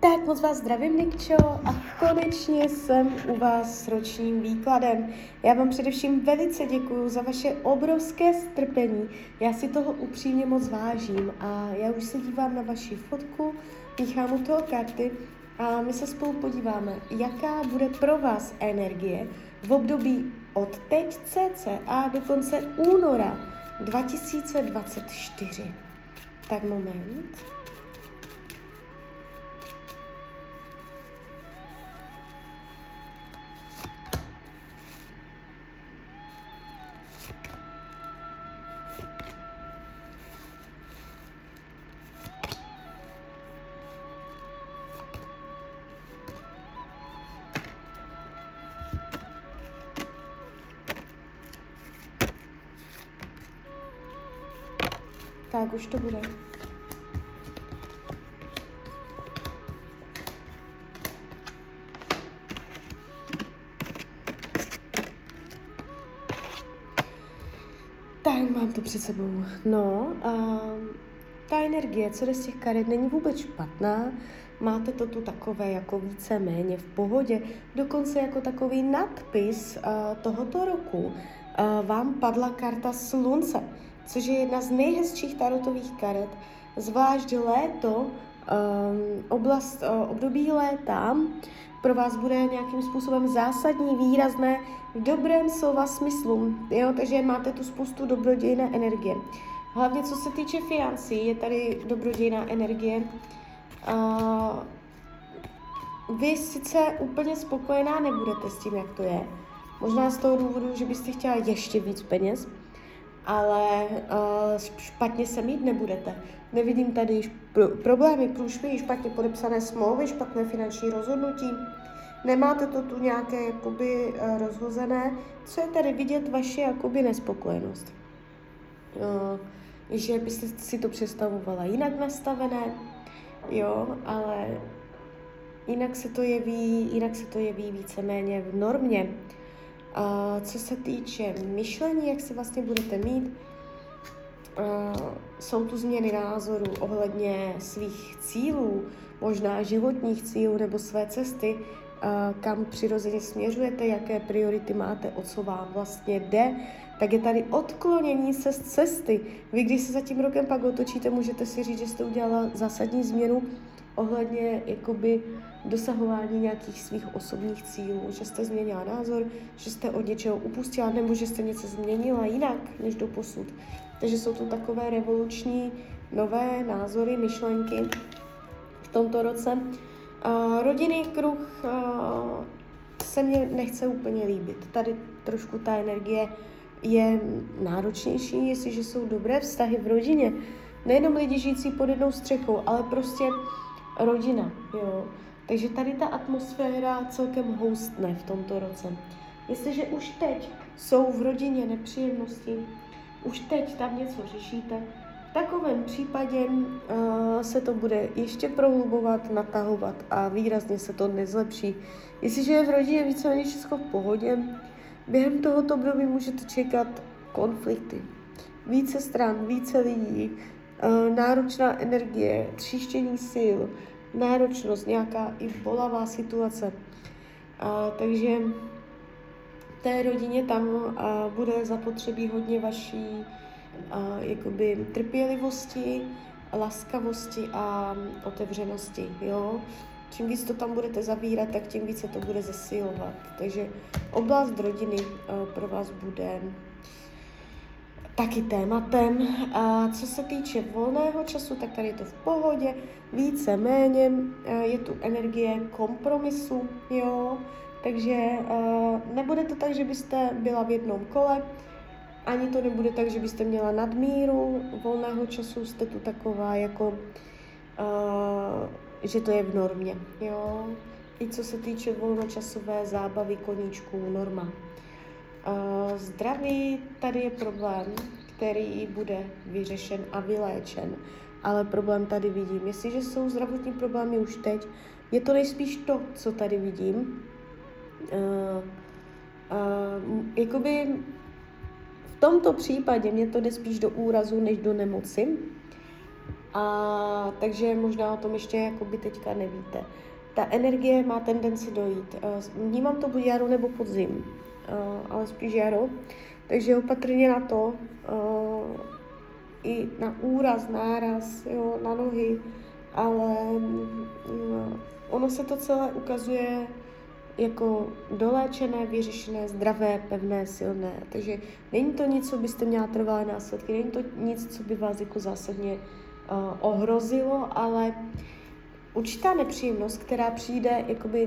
Tak moc vás zdravím, Nikčo, a konečně jsem u vás s ročním výkladem. Já vám především velice děkuju za vaše obrovské strpení. Já si toho upřímně moc vážím a já už se dívám na vaši fotku, míchám u toho karty a my se spolu podíváme, jaká bude pro vás energie v období od teď cca do konce února 2024. Tak moment. Tak už to bude. Tak mám to před sebou. No, ta energie, co jde z těch karet, není vůbec špatná. Máte to tu takové jako víceméně v pohodě. Dokonce jako takový nadpis tohoto roku vám padla karta Slunce, což je jedna z nejhezčích tarotových karet. Zvlášť léto, období léta pro vás bude nějakým způsobem zásadní, výrazné, v dobrém slova smyslu, jo? Takže máte tu spoustu dobrodějné energie. Hlavně co se týče financí, je tady dobrodějná energie. Vy sice úplně spokojená nebudete s tím, jak to je. Možná z toho důvodu, že byste chtěla ještě víc peněz, ale špatně se mít nebudete. Nevidím tady problémy, průšvihy, špatně podepsané smlouvy, špatné finanční rozhodnutí. Nemáte to tu nějaké jakoby rozhozené. Co je tady vidět, vaše jakoby nespokojenost. Že byste si to představovala jinak nastavené, jo, ale jinak se to jeví víceméně v normě. Co se týče myšlení, jak se vlastně budete mít, jsou tu změny názoru ohledně svých cílů, možná životních cílů nebo své cesty, kam přirozeně směřujete, jaké priority máte, o co vám vlastně jde, tak je tady odklonění se z cesty. Vy, když se za tím rokem pak otočíte, můžete si říct, že jste udělala zásadní změnu ohledně jakoby dosahování nějakých svých osobních cílů, že jste změnila názor, že jste od něčeho upustila, nebo že jste něco změnila jinak než doposud. Takže jsou tu takové revoluční nové názory, myšlenky v tomto roce. Rodinný kruh se mně nechce úplně líbit. Tady trošku ta energie je náročnější, jestliže jsou dobré vztahy v rodině. Nejenom lidi žijící pod jednou střechou, ale prostě rodina, jo. Takže tady ta atmosféra celkem houstne v tomto roce. Jestliže už teď jsou v rodině nepříjemnosti, už teď tam něco řešíte, v takovém případě se to bude ještě prohlubovat, natahovat a výrazně se to nezlepší. Jestliže je v rodině víceméně všechno v pohodě, během tohoto období můžete čekat konflikty. Více stran, více lidí, náročná energie, tříštění sil, náročnost, nějaká i bolavá situace. Takže v té rodině tam bude zapotřebí hodně vaší jakoby trpělivosti, laskavosti a otevřenosti, jo. Čím víc to tam budete zavírat, tak tím více to bude zesilovat. Takže oblast rodiny pro vás bude taky tématem. A co se týče volného času, tak tady je to v pohodě, víceméně je tu energie kompromisu, jo. Takže nebude to tak, že byste byla v jednom kole, ani to nebude tak, že byste měla nadmíru volného času, jste tu taková jako, že to je v normě, jo. I co se týče volnočasové zábavy koníčků, norma. Zdraví, tady je problém, který bude vyřešen a vyléčen, ale problém tady vidím. Jestliže jsou zdravotní problémy už teď, je to nejspíš to, co tady vidím. Jakoby v tomto případě mě to jde spíš do úrazu než do nemoci. A takže možná o tom ještě jakoby teďka nevíte. Ta energie má tendenci dojít. Vnímám to buď jaro nebo podzim, ale spíš jaro. Takže opatrně na to, i na úraz, náraz, jo, na nohy, ale ono se to celé ukazuje jako doléčené, vyřešené, zdravé, pevné, silné. Takže není to nic, co byste měla trvalé následky, není to nic, co by vás jako zásadně ohrozilo, ale určitá nepříjemnost, která přijde jakoby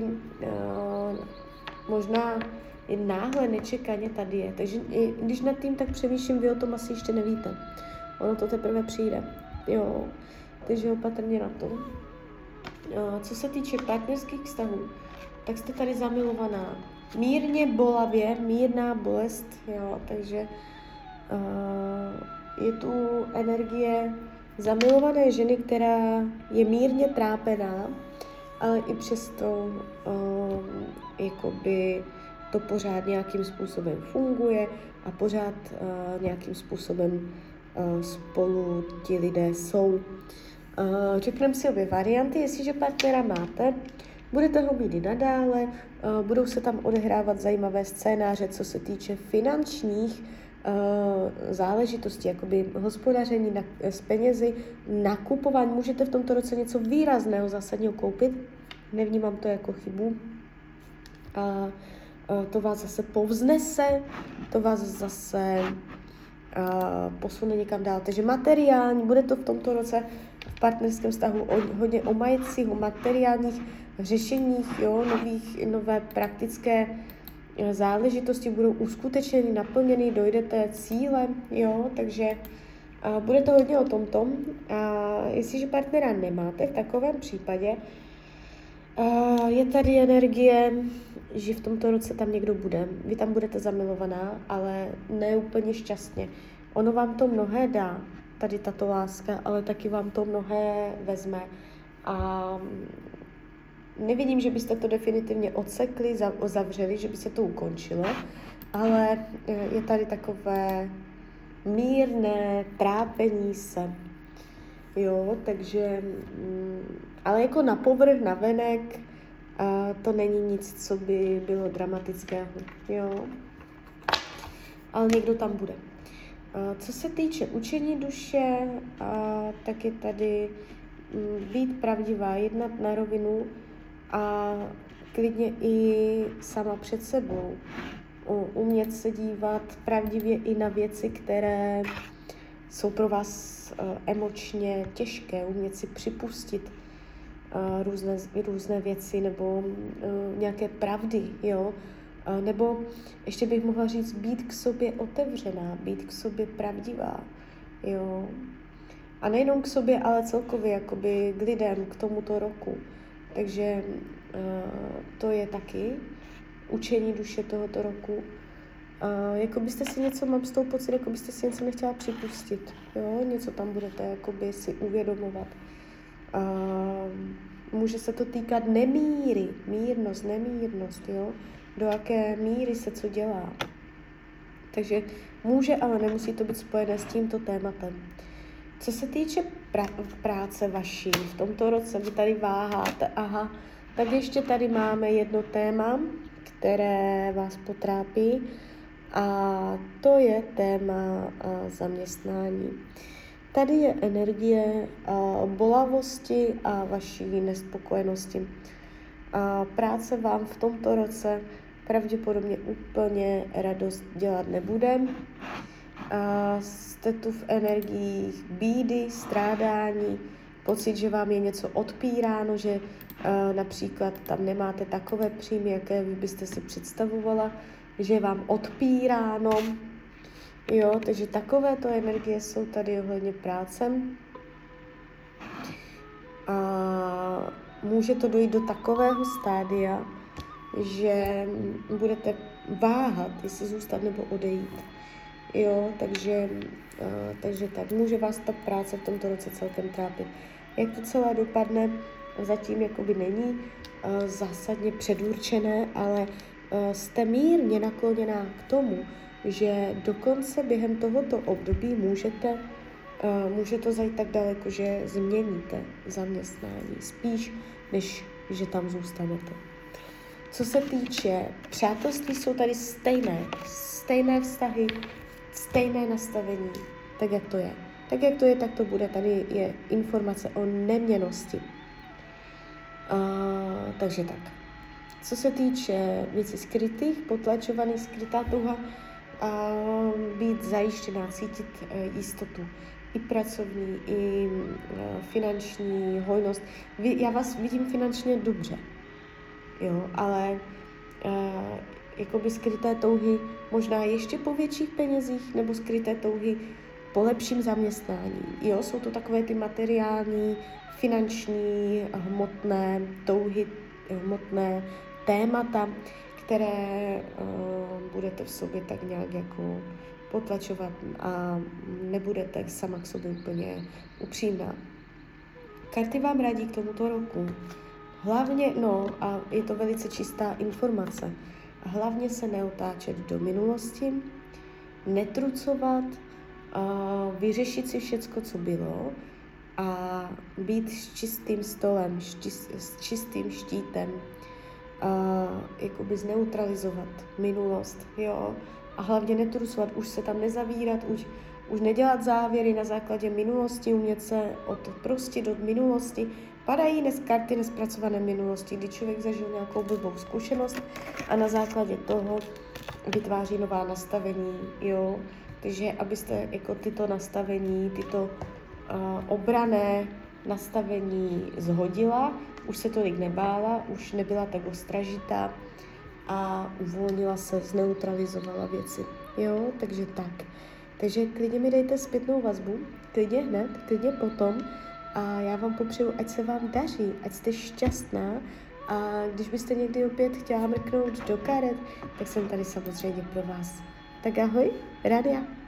možná i náhle, nečekaně tady je. Takže když nad tím tak přemýšlím, vy o tom asi ještě nevíte. Ono to teprve přijde. Jo, takže opatrně na to. Co se týče partnerských vztahů, tak jste tady zamilovaná. Mírně bolavě, mírná bolest, jo, takže je tu energie zamilované ženy, která je mírně trápená, ale i přesto jakoby to pořád nějakým způsobem funguje a pořád nějakým způsobem spolu ti lidé jsou. Řekneme si obě varianty, jestliže partnera máte, budete ho mít i nadále, budou se tam odehrávat zajímavé scénáře, co se týče finančních záležitostí, jakoby hospodaření s penězi, nakupování. Můžete v tomto roce něco výrazného, zásadního koupit, nevnímám to jako chybu. To vás zase povznese, to vás zase posune někam dál. Takže materiální, bude to v tomto roce v partnerském vztahu hodně o majetcích, o materiálních řešeních, jo, nové praktické záležitosti budou uskutečněny, naplněny, dojdete cíle, jo, takže bude to hodně o tomto. Jestliže partnera nemáte, v takovém případě je tady energie, že v tomto roce tam někdo bude. Vy tam budete zamilovaná, ale ne úplně šťastně. Ono vám to mnohé dá, tady tato láska, ale taky vám to mnohé vezme. A nevidím, že byste to definitivně odsekli, zavřeli, že by se to ukončilo, ale je tady takové mírné trápení se. Jo, takže, ale jako na povrch, na venek, to není nic, co by bylo dramatického, jo. Ale někdo tam bude. Co se týče učení duše, tak je tady být pravdivá, jednat na rovinu a klidně i sama před sebou. Umět se dívat pravdivě i na věci, které jsou pro vás emočně těžké, umět si připustit různé věci nebo nějaké pravdy, jo. Nebo ještě bych mohla říct, být k sobě otevřená, být k sobě pravdivá, jo. A nejenom k sobě, ale celkově jakoby k lidem, k tomuto roku. Takže to je taky učení duše tohoto roku. Jako byste si něco, mám z toho pocit, jako byste si něco nechtěla připustit, jo, něco tam budete jakoby si uvědomovat. Může se to týkat nemíry, nemírnost, jo, do jaké míry se co dělá. Takže může, ale nemusí to být spojené s tímto tématem. Co se týče práce vaší, v tomto roce vy tady váháte, tak ještě tady máme jedno téma, které vás potrápí, a to je téma zaměstnání. Tady je energie bolavosti a vaší nespokojenosti. Práce vám v tomto roce pravděpodobně úplně radost dělat nebude. Jste tu v energiích bídy, strádání, pocit, že vám je něco odpíráno, že například tam nemáte takové příjmy, jaké vy byste si představovala, že je vám odpíráno. Jo, takže takovéto energie jsou tady ohledně práce. A může to dojít do takového stádia, že budete váhat, jestli zůstat nebo odejít. Jo, takže tak může vás ta práce v tomto roce celkem trápit. Jak to celé dopadne, zatím jakoby není zásadně předurčené, ale jste mírně nakloněná k tomu, že dokonce během tohoto období můžete může to zajít tak daleko, že změníte zaměstnání spíš, než že tam zůstanete. Co se týče přátelství, jsou tady stejné vztahy, stejné nastavení, tak jak to je. Tak jak to je, tak to bude. Tady je informace o neměnnosti. Takže tak. Co se týče věcí skrytých, potlačovaných, skrytá touha, být zajištěná, cítit jistotu, i pracovní, i finanční, hojnost. Já vás vidím finančně dobře, jo, ale jakoby skryté touhy možná ještě po větších penězích, nebo skryté touhy po lepším zaměstnání. Jo, jsou to takové ty materiální, finanční, hmotné touhy, hmotné témata, které budete v sobě tak nějak jako potlačovat a nebudete sama k sobě úplně upřímná. Karty vám radí k tomuto roku. Hlavně, a je to velice čistá informace, hlavně se neotáčet do minulosti, netrucovat, vyřešit si všecko, co bylo, a být s čistým stolem, s čistým štítem, jakoby zneutralizovat minulost, jo, a hlavně netrucovat, už se tam nezavírat, už nedělat závěry na základě minulosti, umět se odprostit od minulosti. Padají dnes karty nespracované minulosti, kdy člověk zažil nějakou blbou zkušenost a na základě toho vytváří nová nastavení, jo. Takže abyste jako tyto nastavení, tyto obranné nastavení zhodila, už se tolik nebála, už nebyla tak ostražitá a uvolnila se, zneutralizovala věci. Jo, takže tak. Takže klidně mi dejte zpětnou vazbu, klidně hned, klidně potom a já vám popřeju, ať se vám daří, ať jste šťastná a když byste někdy opět chtěla mrknout do karet, tak jsem tady samozřejmě pro vás. Tak ahoj, Rania.